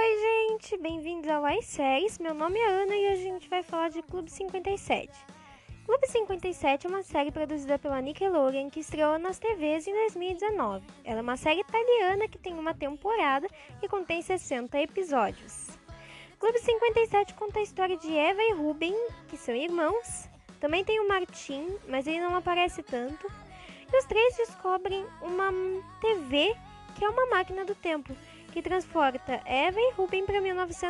Oi, gente! Bem-vindos ao iSéries. Meu nome é Ana e hoje a gente vai falar de Clube 57. Clube 57 é uma série produzida pela Nickelodeon que estreou nas TVs em 2019. Ela é uma série italiana que tem uma temporada e contém 60 episódios. Clube 57 conta a história de Eva e Ruben, que são irmãos. Também tem o Martin, mas ele não aparece tanto. E os três descobrem uma TV que é uma máquina do tempo, que transporta Eva e Ruben para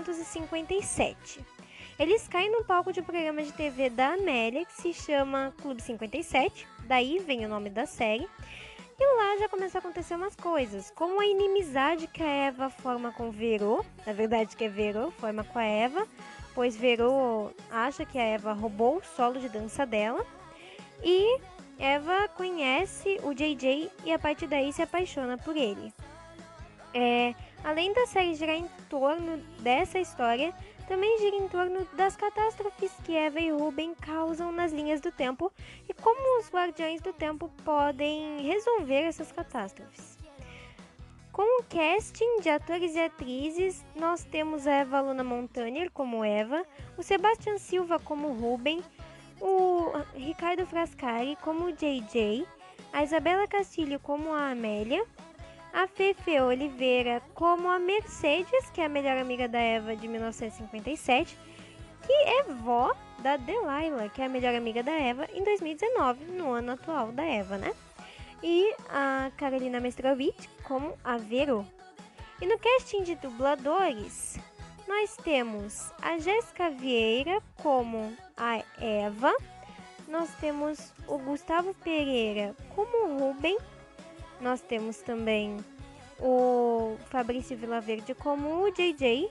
1957. Eles caem num palco de um programa de TV da Amélia, que se chama Clube 57, daí vem o nome da série. E lá já começa a acontecer umas coisas, como a inimizade que a Eva forma com Vero, na verdade que é Vero, forma com a Eva, pois Vero acha que a Eva roubou o solo de dança dela. E Eva conhece o JJ e a partir daí se apaixona por ele. Além da série girar em torno dessa história, também gira em torno das catástrofes que Eva e Ruben causam nas linhas do tempo e como os guardiões do tempo podem resolver essas catástrofes. Com o casting de atores e atrizes, nós temos a Eva Luna Montagnier como Eva, o Sebastian Silva como Ruben, o Ricardo Frascari como JJ, a Isabela Castilho como a Amélia, a Fefe Oliveira como a Mercedes, que é a melhor amiga da Eva de 1957, que é vó da Delilah, que é a melhor amiga da Eva em 2019, no ano atual da Eva, né? E a Carolina Mestrovich como a Vero. E no casting de dubladores, nós temos a Jéssica Vieira como a Eva, nós temos o Gustavo Pereira como o Ruben, nós temos também o Fabrício Vilaverde como o JJ,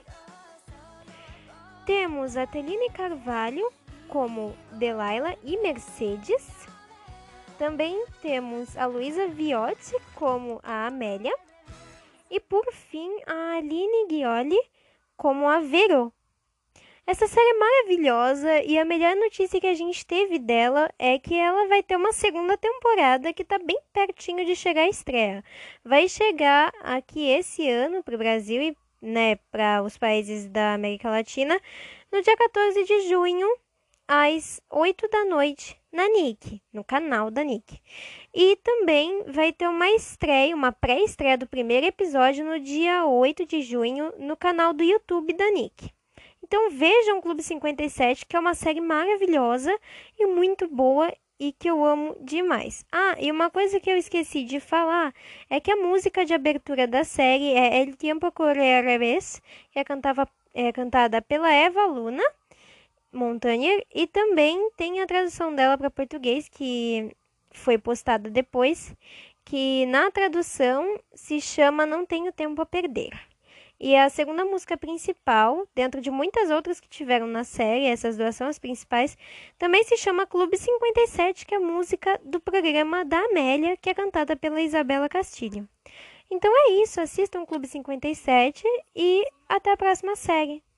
temos a Teline Carvalho como Delilah e Mercedes, também temos a Luísa Viotti como a Amélia e por fim a Aline Ghioli como a Vero. Essa série é maravilhosa e a melhor notícia que a gente teve dela é que ela vai ter uma segunda temporada que está bem pertinho de chegar à estreia. Vai chegar aqui esse ano para o Brasil e para os países da América Latina no dia 14 de junho, às 8 da noite, na Nick, no canal da Nick. E também vai ter uma pré-estreia do primeiro episódio no dia 8 de junho no canal do YouTube da Nick. Então vejam Clube 57, que é uma série maravilhosa e muito boa e que eu amo demais. E uma coisa que eu esqueci de falar é que a música de abertura da série é El Tiempo Corre al Revés, que é cantada pela Eva Luna Montagnier e também tem a tradução dela para português, que foi postada depois, que na tradução se chama Não Tenho Tempo a Perder. E a segunda música principal, dentro de muitas outras que tiveram na série, essas duas são as principais, também se chama Clube 57, que é a música do programa da Amélia, que é cantada pela Isabela Castilho. Então é isso, assistam Clube 57 e até a próxima série.